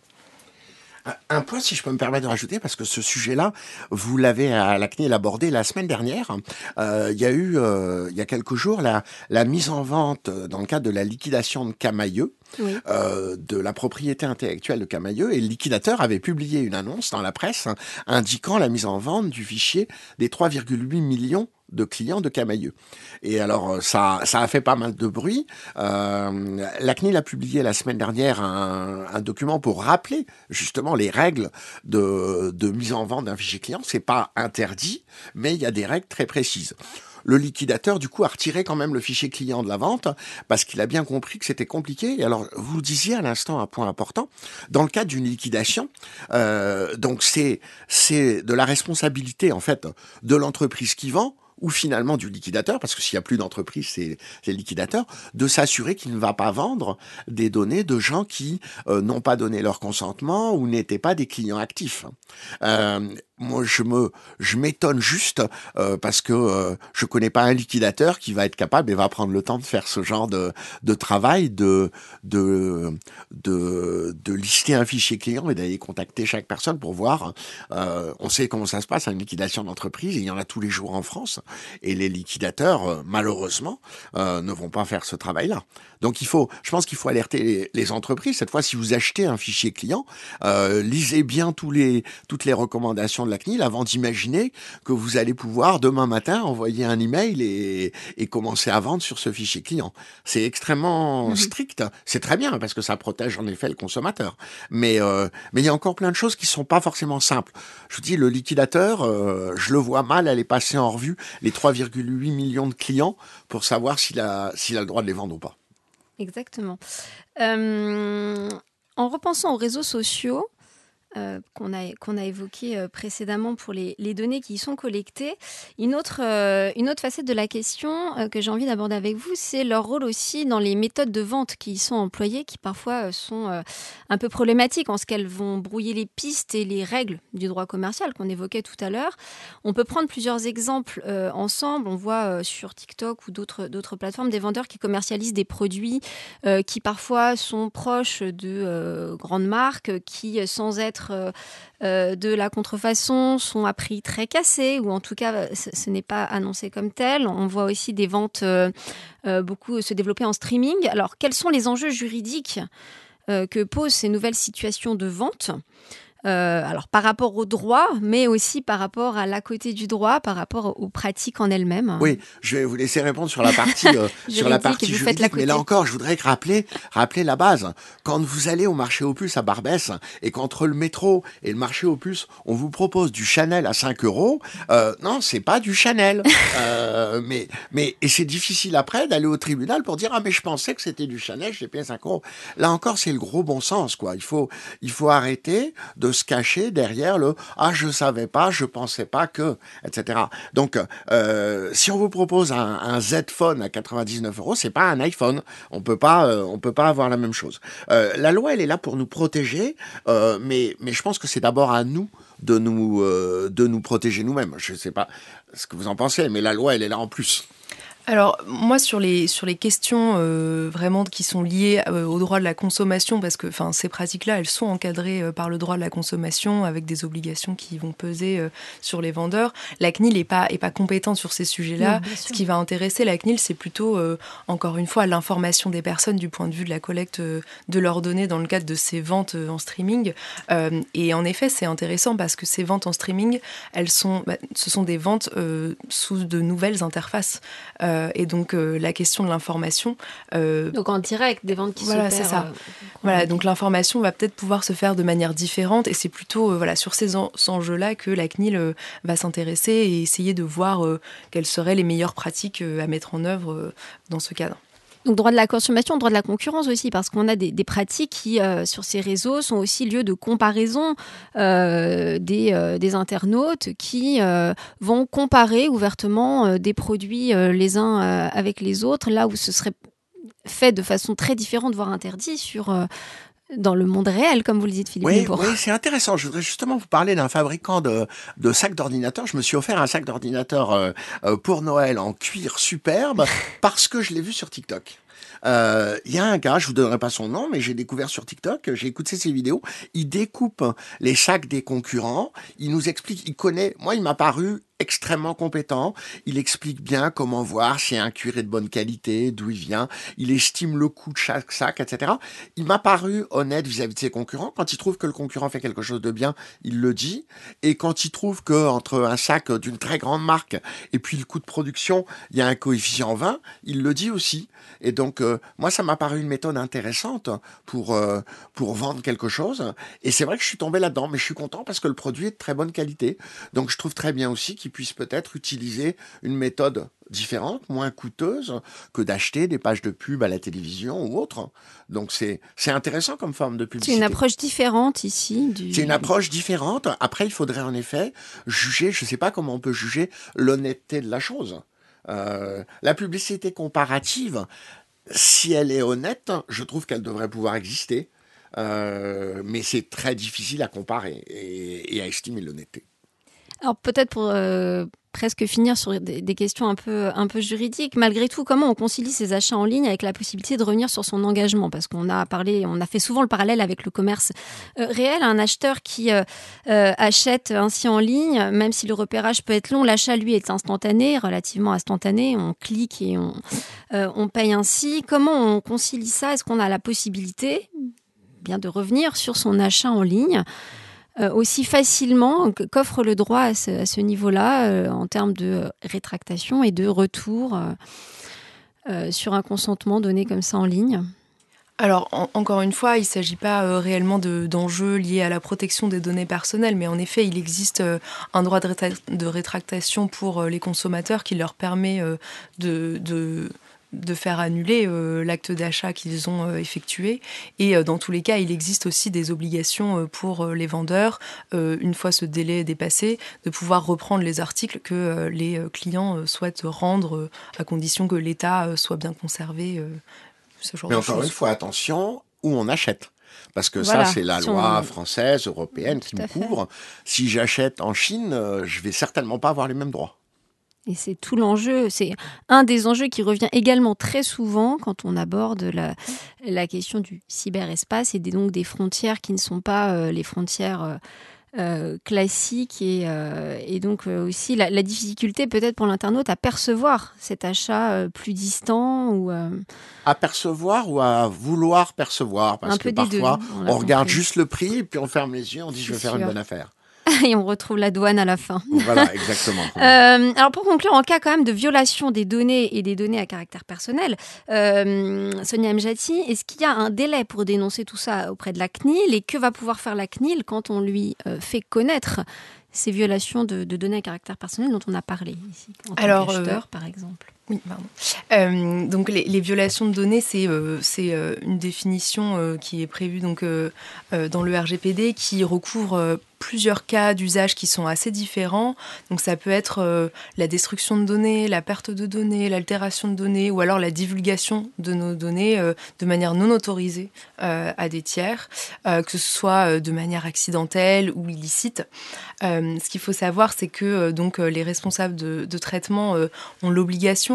Un point, si je peux me permettre de rajouter, parce que ce sujet-là, vous l'avez à la C N I L abordé la semaine dernière. Euh, il y a eu, euh, il y a quelques jours, la, la mise en vente, dans le cadre de la liquidation de Camaïeu, oui. euh, de la propriété intellectuelle de Camaïeu, et le liquidateur avait publié une annonce dans la presse hein, indiquant la mise en vente du fichier des trois virgule huit millions de clients de Camaïeu. Et alors, ça, ça a fait pas mal de bruit. Euh, la C N I L a publié la semaine dernière un, un document pour rappeler justement les règles de, de mise en vente d'un fichier client. C'est pas interdit, mais il y a des règles très précises. Le liquidateur, du coup, a retiré quand même le fichier client de la vente parce qu'il a bien compris que c'était compliqué. Et alors, vous disiez à l'instant un point important. Dans le cadre d'une liquidation, euh, donc c'est, c'est de la responsabilité, en fait, de l'entreprise qui vend ou finalement du liquidateur, parce que s'il n'y a plus d'entreprise, c'est, c'est le liquidateur, de s'assurer qu'il ne va pas vendre des données de gens qui euh, n'ont pas donné leur consentement ou n'étaient pas des clients actifs. Euh, moi, je me, je m'étonne juste euh, parce que euh, je connais pas un liquidateur qui va être capable et va prendre le temps de faire ce genre de, de travail, de, de, de, de lister un fichier client et d'aller contacter chaque personne pour voir. Euh, on sait comment ça se passe à une liquidation d'entreprise. Il y en a tous les jours en France et les liquidateurs, euh, malheureusement, euh, ne vont pas faire ce travail-là. Donc, il faut, je pense qu'il faut alerter les, les entreprises. Cette fois, si vous achetez un fichier client, euh, lisez bien tous les, toutes les recommandations de la C N I L avant d'imaginer que vous allez pouvoir demain matin envoyer un email et, et commencer à vendre sur ce fichier client. C'est extrêmement mmh. strict. C'est très bien parce que ça protège en effet le consommateur. Mais euh, mais il y a encore plein de choses qui sont pas forcément simples. Je vous dis, le liquidateur, euh, je le vois mal aller passer en revue les trois virgule huit millions de clients pour savoir s'il a s'il a le droit de les vendre ou pas. Exactement. Euh, en repensant aux réseaux sociaux, Euh, qu'on a, qu'on a évoqué euh, précédemment pour les, les données qui y sont collectées. Une autre, euh, une autre facette de la question euh, que j'ai envie d'aborder avec vous, c'est leur rôle aussi dans les méthodes de vente qui y sont employées, qui parfois euh, sont euh, un peu problématiques en ce qu'elles vont brouiller les pistes et les règles du droit commercial qu'on évoquait tout à l'heure. On peut prendre plusieurs exemples euh, ensemble. On voit euh, sur TikTok ou d'autres, d'autres plateformes des vendeurs qui commercialisent des produits euh, qui parfois sont proches de euh, grandes marques, qui sans être Euh, euh, de la contrefaçon sont à prix très cassé ou en tout cas ce, ce n'est pas annoncé comme tel. On voit aussi des ventes euh, euh, beaucoup se développer en streaming. Alors quels sont les enjeux juridiques euh, que posent ces nouvelles situations de vente ? Euh, alors par rapport au droit, mais aussi par rapport à l'à côté du droit, par rapport aux pratiques en elles-mêmes. Oui, je vais vous laisser répondre sur la partie euh, sur la partie juridique, mais là encore, je voudrais rappeler rappeler la base. Quand vous allez au marché aux puces à Barbès et qu'entre le métro et le marché aux puces, on vous propose du Chanel à cinq euros, euh, non, c'est pas du Chanel. euh, mais mais et c'est difficile après d'aller au tribunal pour dire ah mais je pensais que c'était du Chanel, j'ai payé cinq euros. Là encore, c'est le gros bon sens quoi. Il faut il faut arrêter de se cacher derrière le « ah, je savais pas, je pensais pas que… » et cetera. Donc, euh, si on vous propose un, un Z Phone à quatre-vingt-dix-neuf euros, c'est pas un iPhone. On peut pas, euh, on peut pas avoir la même chose. Euh, la loi, elle est là pour nous protéger, euh, mais, mais je pense que c'est d'abord à nous de nous, euh, de nous protéger nous-mêmes. Je sais pas ce que vous en pensez, mais la loi, elle est là en plus. Alors, moi, sur les, sur les questions euh, vraiment qui sont liées euh, au droit de la consommation, parce que ces pratiques-là, elles sont encadrées euh, par le droit de la consommation, avec des obligations qui vont peser euh, sur les vendeurs. La C N I L n'est pas, est pas compétente sur ces sujets-là. Non, ce qui va intéresser la C N I L, c'est plutôt, euh, encore une fois, l'information des personnes du point de vue de la collecte euh, de leurs données dans le cadre de ces ventes euh, en streaming. Euh, et en effet, c'est intéressant parce que ces ventes en streaming, elles sont, bah, ce sont des ventes euh, sous de nouvelles interfaces. Euh, Et donc, euh, la question de l'information... Euh, donc, en direct, des ventes qui voilà, s'opèrent. C'est ça. Euh, voilà, donc l'information va peut-être pouvoir se faire de manière différente. Et c'est plutôt euh, voilà, sur ces en- enjeux-là que la C N I L euh, va s'intéresser et essayer de voir euh, quelles seraient les meilleures pratiques euh, à mettre en œuvre euh, dans ce cadre. Donc, droit de la consommation, droit de la concurrence aussi, parce qu'on a des, des pratiques qui, euh, sur ces réseaux, sont aussi lieu de comparaison euh, des, euh, des internautes qui euh, vont comparer ouvertement euh, des produits euh, les uns euh, avec les autres, là où ce serait fait de façon très différente, voire interdit, sur... Euh, dans le monde réel, comme vous le dites, Philippe. Oui, oui, c'est intéressant. Je voudrais justement vous parler d'un fabricant de, de sacs d'ordinateur. Je me suis offert un sac d'ordinateur euh, euh, pour Noël en cuir superbe parce que je l'ai vu sur TikTok. Il euh, y a un gars, je vous donnerai pas son nom, mais j'ai découvert sur TikTok, j'ai écouté ses vidéos, il découpe les sacs des concurrents, il nous explique, il connaît, moi il m'a paru extrêmement compétent, il explique bien comment voir si un cuir est de bonne qualité, d'où il vient, il estime le coût de chaque sac, et cetera. Il m'a paru honnête vis-à-vis de ses concurrents. Quand il trouve que le concurrent fait quelque chose de bien, il le dit, et quand il trouve que entre un sac d'une très grande marque et puis le coût de production, il y a un coefficient vingt, il le dit aussi. Et donc, euh, moi, ça m'a paru une méthode intéressante pour, euh, pour vendre quelque chose. Et c'est vrai que je suis tombé là-dedans, mais je suis content parce que le produit est de très bonne qualité. Donc, je trouve très bien aussi qu'il puisse peut-être utiliser une méthode différente, moins coûteuse que d'acheter des pages de pub à la télévision ou autre. Donc, c'est, c'est intéressant comme forme de publicité. C'est une approche différente ici. Du... C'est une approche différente. Après, il faudrait en effet juger, je ne sais pas comment on peut juger l'honnêteté de la chose. Euh, la publicité comparative, si elle est honnête, je trouve qu'elle devrait pouvoir exister, euh, mais c'est très difficile à comparer et, et à estimer l'honnêteté. Alors peut-être pour euh, presque finir sur des, des questions un peu, un peu juridiques, malgré tout, comment on concilie ces achats en ligne avec la possibilité de revenir sur son engagement ? Parce qu'on a parlé, on a fait souvent le parallèle avec le commerce euh, réel. Un acheteur qui euh, euh, achète ainsi en ligne, même si le repérage peut être long, l'achat, lui, est instantané, relativement instantané. On clique et on, euh, on paye ainsi. Comment on concilie ça ? Est-ce qu'on a la possibilité bien de revenir sur son achat en ligne Euh, aussi facilement qu'offre le droit à ce, à ce niveau-là euh, en termes de euh, rétractation et de retour euh, euh, sur un consentement donné comme ça en ligne ? Alors, en, encore une fois, il ne s'agit pas euh, réellement de, d'enjeux liés à la protection des données personnelles, mais en effet, il existe euh, un droit de, rétra- de rétractation pour euh, les consommateurs qui leur permet euh, de... de de faire annuler euh, l'acte d'achat qu'ils ont euh, effectué. Et euh, dans tous les cas, il existe aussi des obligations euh, pour euh, les vendeurs, euh, une fois ce délai dépassé, de pouvoir reprendre les articles que euh, les euh, clients euh, souhaitent rendre, euh, à condition que l'État euh, soit bien conservé, euh, ce genre Mais de encore choses. une fois, attention où on achète. Parce que voilà, ça, c'est la si loi on... française, européenne Tout qui me fait. couvre. Si j'achète en Chine, euh, je vais certainement pas avoir les mêmes droits. Et c'est tout l'enjeu, c'est un des enjeux qui revient également très souvent quand on aborde la, la question du cyberespace et des, donc des frontières qui ne sont pas euh, les frontières euh, euh, classiques et, euh, et donc euh, aussi la, la difficulté peut-être pour l'internaute à percevoir cet achat euh, plus distant ou euh... à percevoir ou à vouloir percevoir parce un que peu des parfois deux, on, on regarde compris. juste le prix et puis on ferme les yeux, on dit je vais faire sûr. une bonne affaire. Et on retrouve la douane à la fin. Voilà, exactement. euh, alors pour conclure, en cas quand même de violation des données et des données à caractère personnel, euh, Sonia Mjati, est-ce qu'il y a un délai pour dénoncer tout ça auprès de la C N I L et que va pouvoir faire la C N I L quand on lui euh, fait connaître ces violations de, de données à caractère personnel dont on a parlé ici, en tant Alors, qu'acheteur euh... par exemple? Oui, pardon. Euh, donc les, les violations de données, c'est, euh, c'est euh, une définition euh, qui est prévue donc, euh, euh, dans le R G P D qui recouvre euh, plusieurs cas d'usage qui sont assez différents. Donc ça peut être euh, la destruction de données, la perte de données, l'altération de données ou alors la divulgation de nos données euh, de manière non autorisée euh, à des tiers, euh, que ce soit euh, de manière accidentelle ou illicite. Euh, ce qu'il faut savoir, c'est que euh, donc, euh, les responsables de, de traitement euh, ont l'obligation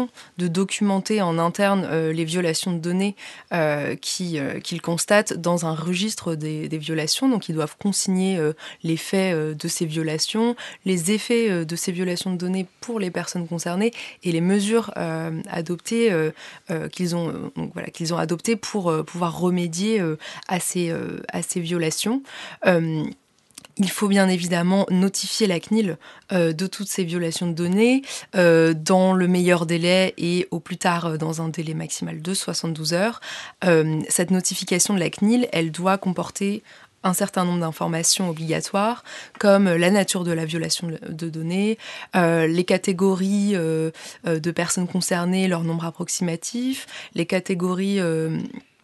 façon de documenter en interne euh, les violations de données euh, qui, euh, qu'ils constatent dans un registre des, des violations. Donc, ils doivent consigner euh, les faits euh, de ces violations, les effets euh, de ces violations de données pour les personnes concernées et les mesures euh, adoptées euh, euh, qu'ils ont, euh, donc, voilà, qu'ils ont adoptées pour euh, pouvoir remédier euh, à, ces, euh, à ces violations. Euh, Il faut bien évidemment notifier la C N I L euh, de toutes ces violations de données euh, dans le meilleur délai et au plus tard euh, dans un délai maximal de soixante-douze heures. Euh, cette notification de la C N I L, elle doit comporter un certain nombre d'informations obligatoires, comme la nature de la violation de données, euh, les catégories euh, de personnes concernées, leur nombre approximatif, les catégories... Euh,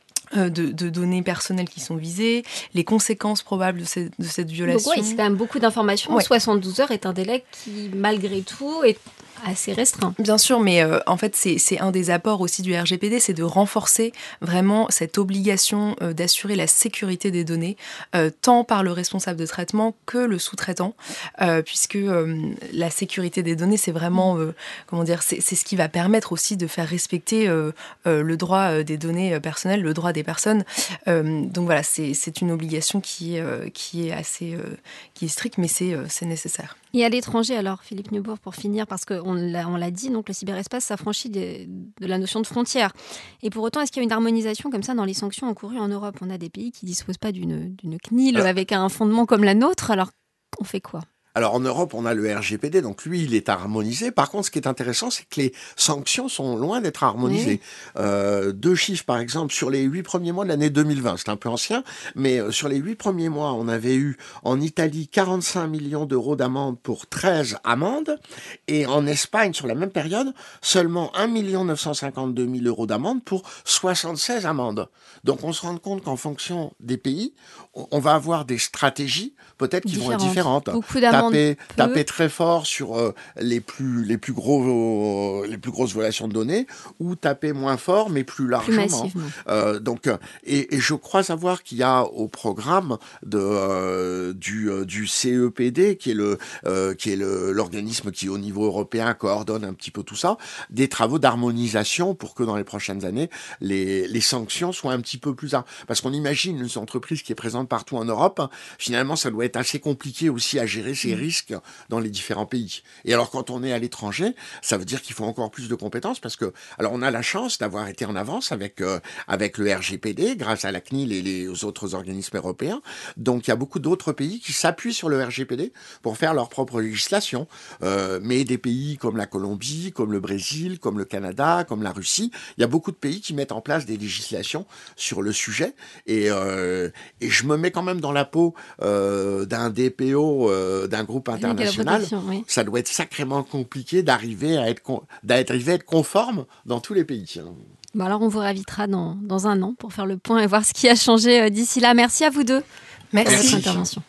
De, de données personnelles qui sont visées, les conséquences probables de, ces, de cette violation. Donc oui, c'est quand même beaucoup d'informations. Ouais. soixante-douze heures est un délai qui, malgré tout, est assez restreint. Bien sûr, mais euh, en fait, c'est, c'est un des apports aussi du R G P D, c'est de renforcer vraiment cette obligation euh, d'assurer la sécurité des données, euh, tant par le responsable de traitement que le sous-traitant, euh, puisque euh, la sécurité des données, c'est vraiment, euh, comment dire, c'est, c'est ce qui va permettre aussi de faire respecter euh, euh, le droit euh, des données personnelles, le droit des personnes. Euh, donc voilà, c'est, c'est une obligation qui est, euh, qui est assez, euh, qui est stricte, mais c'est, euh, c'est nécessaire. Et à l'étranger, alors, Philippe Neubourg, pour finir, parce qu'on l'a, on l'a dit, donc le cyberespace s'affranchit de, de la notion de frontière. Et pour autant, est-ce qu'il y a une harmonisation comme ça dans les sanctions encourues en Europe ? On a des pays qui ne disposent pas d'une, d'une C N I L alors, avec un fondement comme la nôtre, alors on fait quoi ? Alors en Europe, on a le R G P D, donc lui, il est harmonisé. Par contre, ce qui est intéressant, c'est que les sanctions sont loin d'être harmonisées. Oui. Euh, deux chiffres, par exemple, sur les huit premiers mois de l'année deux mille vingt, c'est un peu ancien, mais sur les huit premiers mois, on avait eu en Italie quarante-cinq millions d'euros d'amende pour treize amendes, et en Espagne, sur la même période, seulement un million neuf cent cinquante-deux mille euros d'amende pour soixante-seize amendes. Donc on se rend compte qu'en fonction des pays, on va avoir des stratégies peut-être qui Différentes. vont être différentes. Beaucoup d'amendes. Taper, taper très fort sur euh, les plus les plus gros euh, les plus grosses violations de données, ou taper moins fort mais plus largement. Plus euh, donc et, et je crois savoir qu'il y a au programme de euh, du euh, du C E P D, qui est le euh, qui est le, l'organisme qui au niveau européen coordonne un petit peu tout ça, des travaux d'harmonisation pour que dans les prochaines années les les sanctions soient un petit peu plus ar- parce qu'on imagine une entreprise qui est présente partout en Europe, finalement ça doit être assez compliqué aussi à gérer ces risques dans les différents pays. Et alors quand on est à l'étranger, ça veut dire qu'il faut encore plus de compétences, parce que alors on a la chance d'avoir été en avance avec euh, avec le R G P D grâce à la C N I L et les autres organismes européens. Donc il y a beaucoup d'autres pays qui s'appuient sur le R G P D pour faire leur propre législation. Euh, mais des pays comme la Colombie, comme le Brésil, comme le Canada, comme la Russie, il y a beaucoup de pays qui mettent en place des législations sur le sujet. Et euh, et je me mets quand même dans la peau euh, d'un D P O euh, d'un groupe international, oui. Ça doit être sacrément compliqué d'arriver à être, con- d'arriver à être conforme dans tous les pays. Bon alors on vous réinvitera dans, dans un an pour faire le point et voir ce qui a changé d'ici là. Merci à vous deux Merci. pour votre intervention.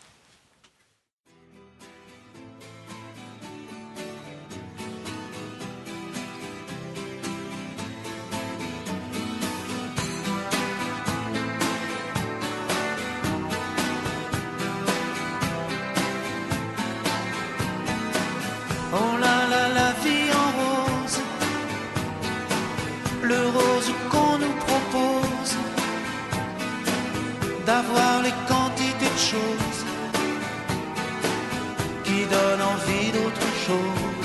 D'avoir les quantités de choses qui donnent envie d'autre chose.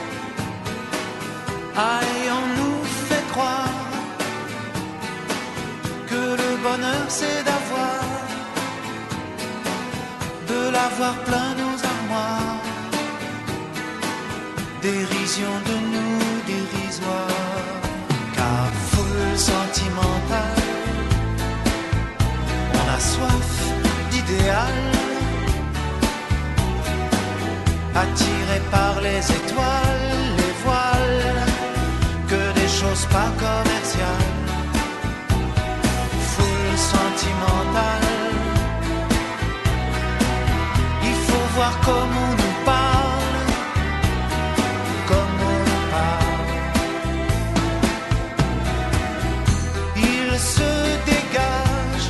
Ah, et on nous fait croire que le bonheur c'est d'avoir, de l'avoir plein nos armoires. Dérision de nous dérisoire, car foule sentimentale, on a soif d'idéal, attiré par les étoiles, les voiles, que des choses pas commerciales. Foule sentimentale, il faut voir comment on nous parle, comme on nous parle. Il se dégage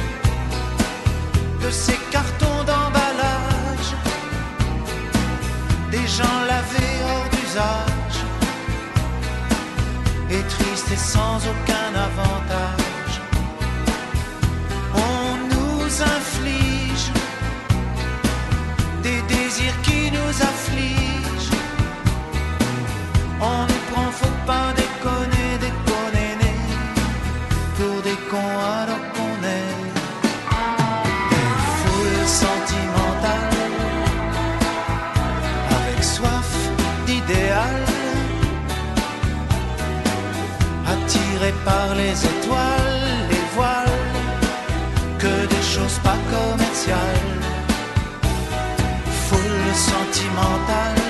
de ces cartons d'emballage, des gens lavés hors d'usage, et triste et sans aucun avantage. On nous inflige des désirs qui nous affligent. On nous prend, faut pas déconner, déconner, pour des cons alors qu'on est des foules sentimentales, avec soif d'idéal, attirés par les étoiles, les voiles, que des choses pas commerciales. Foule sentimentale,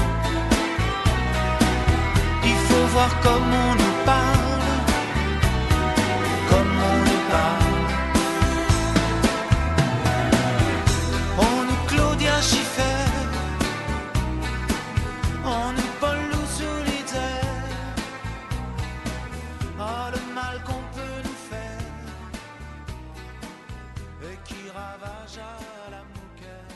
il faut voir comme on nous parle, comme on nous parle. On nous Claudia Schiffer, on nous Paul Lousolitaire. Oh, le mal qu'on peut nous faire et qui ravage à la mouquette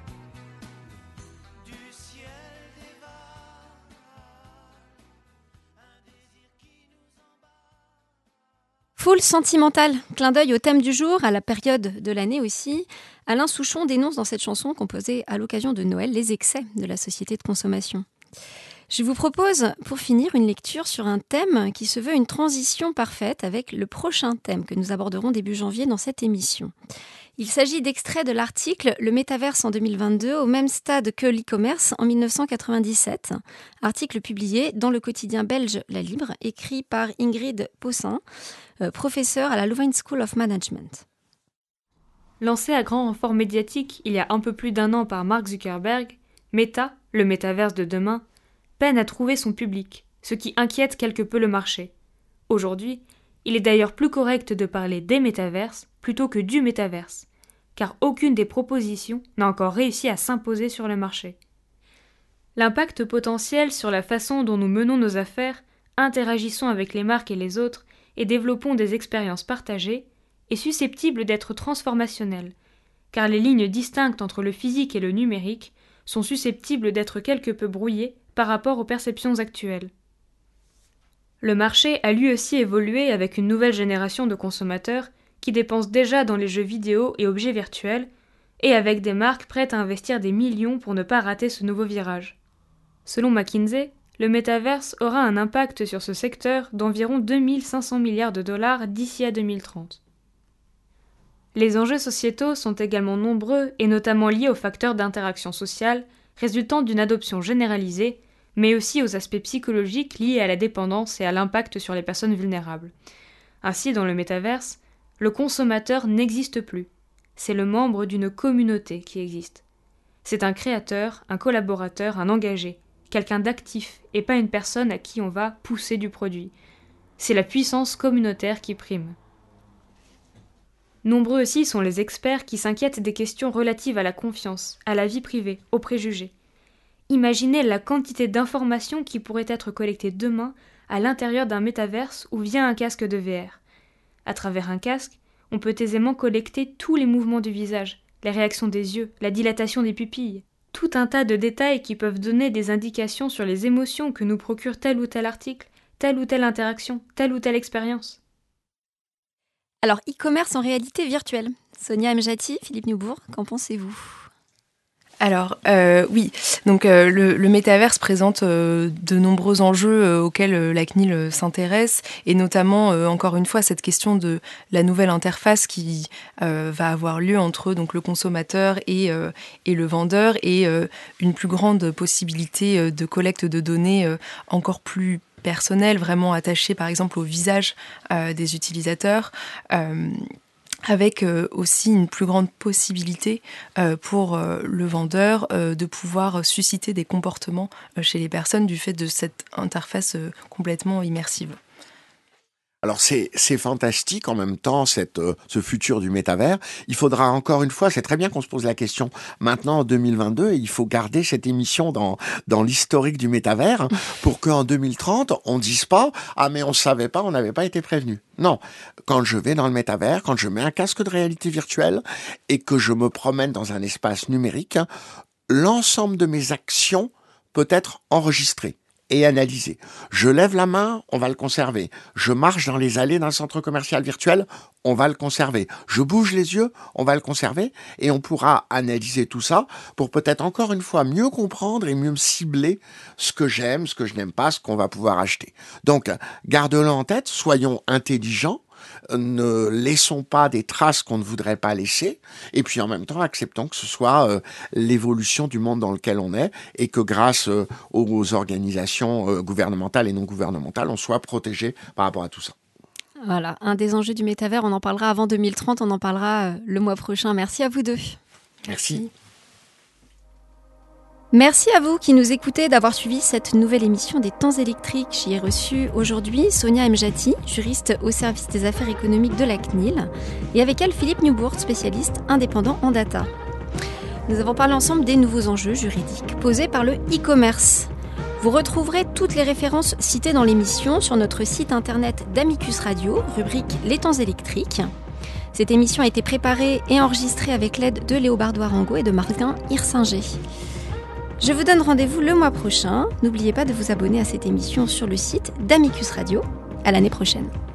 du ciel des vagues, un désir qui nous embarque. Foule sentimentale, clin d'œil au thème du jour, à la période de l'année aussi. Alain Souchon dénonce dans cette chanson composée à l'occasion de Noël les excès de la société de consommation. Je vous propose, pour finir, une lecture sur un thème qui se veut une transition parfaite avec le prochain thème que nous aborderons début janvier dans cette émission. Il s'agit d'extraits de l'article « Le métaverse en deux mille vingt-deux, au même stade que l'e-commerce en dix-neuf cent quatre-vingt-dix-sept », article publié dans le quotidien belge La Libre, écrit par Ingrid Poussin, euh, professeure à la Louvain School of Management. Lancé à grand renfort médiatique il y a un peu plus d'un an par Mark Zuckerberg, Meta, le métaverse de demain, peine à trouver son public, ce qui inquiète quelque peu le marché. Aujourd'hui, il est d'ailleurs plus correct de parler des métaverses plutôt que du métaverse, car aucune des propositions n'a encore réussi à s'imposer sur le marché. L'impact potentiel sur la façon dont nous menons nos affaires, interagissons avec les marques et les autres et développons des expériences partagées est susceptible d'être transformationnel, car les lignes distinctes entre le physique et le numérique sont susceptibles d'être quelque peu brouillées par rapport aux perceptions actuelles. Le marché a lui aussi évolué avec une nouvelle génération de consommateurs qui dépensent déjà dans les jeux vidéo et objets virtuels, et avec des marques prêtes à investir des millions pour ne pas rater ce nouveau virage. Selon McKinsey, le métaverse aura un impact sur ce secteur d'environ deux mille cinq cents milliards de dollars d'ici à deux mille trente. Les enjeux sociétaux sont également nombreux et notamment liés aux facteurs d'interaction sociale résultant d'une adoption généralisée, mais aussi aux aspects psychologiques liés à la dépendance et à l'impact sur les personnes vulnérables. Ainsi, dans le métaverse, le consommateur n'existe plus. C'est le membre d'une communauté qui existe. C'est un créateur, un collaborateur, un engagé, quelqu'un d'actif et pas une personne à qui on va pousser du produit. C'est la puissance communautaire qui prime. Nombreux aussi sont les experts qui s'inquiètent des questions relatives à la confiance, à la vie privée, aux préjugés. Imaginez la quantité d'informations qui pourraient être collectées demain à l'intérieur d'un métaverse ou via un casque de V R. À travers un casque, on peut aisément collecter tous les mouvements du visage, les réactions des yeux, la dilatation des pupilles, tout un tas de détails qui peuvent donner des indications sur les émotions que nous procure tel ou tel article, telle ou telle interaction, telle ou telle expérience. Alors, e-commerce en réalité virtuelle. Sonia Mjati, Philippe Newbourg, qu'en pensez-vous ? Alors euh, oui, donc euh, le, le métaverse présente euh, de nombreux enjeux euh, auxquels euh, la C N I L s'intéresse, et notamment euh, encore une fois cette question de la nouvelle interface qui euh, va avoir lieu entre donc le consommateur et euh, et le vendeur, et euh, une plus grande possibilité euh, de collecte de données euh, encore plus personnelles, vraiment attachées par exemple au visage euh, des utilisateurs. Euh, avec euh, aussi une plus grande possibilité euh, pour euh, le vendeur euh, de pouvoir susciter des comportements euh, chez les personnes du fait de cette interface euh, complètement immersive. Alors c'est c'est fantastique en même temps cette euh, ce futur du métavers. Il faudra encore une fois, c'est très bien qu'on se pose la question maintenant en deux mille vingt-deux, et il faut garder cette émission dans dans l'historique du métavers pour qu'en deux mille trente on dise pas ah mais on savait pas, on n'avait pas été prévenu. Non, quand je vais dans le métavers, quand je mets un casque de réalité virtuelle et que je me promène dans un espace numérique, l'ensemble de mes actions peut être enregistré. et analyser. Je lève la main, on va le conserver. Je marche dans les allées d'un centre commercial virtuel, on va le conserver. Je bouge les yeux, on va le conserver et on pourra analyser tout ça pour peut-être encore une fois mieux comprendre et mieux cibler ce que j'aime, ce que je n'aime pas, ce qu'on va pouvoir acheter. Donc, garde-le en tête, soyons intelligents, ne laissons pas des traces qu'on ne voudrait pas laisser, et puis en même temps acceptons que ce soit euh, l'évolution du monde dans lequel on est, et que grâce euh, aux organisations euh, gouvernementales et non gouvernementales, on soit protégé par rapport à tout ça. Voilà, un des enjeux du métavers, on en parlera avant deux mille trente, on en parlera euh, le mois prochain. Merci à vous deux. Merci. Merci à vous qui nous écoutez d'avoir suivi cette nouvelle émission des Temps électriques. J'y ai reçu aujourd'hui Sonia Mjati, juriste au service des affaires économiques de la C N I L, et avec elle Philippe Newbourg, spécialiste indépendant en data. Nous avons parlé ensemble des nouveaux enjeux juridiques posés par le e-commerce. Vous retrouverez toutes les références citées dans l'émission sur notre site internet d'Amicus Radio, rubrique Les Temps électriques. Cette émission a été préparée et enregistrée avec l'aide de Léobardo Arango et de Martin Hirsinger. Je vous donne rendez-vous le mois prochain. N'oubliez pas de vous abonner à cette émission sur le site d'Amicus Radio. À l'année prochaine.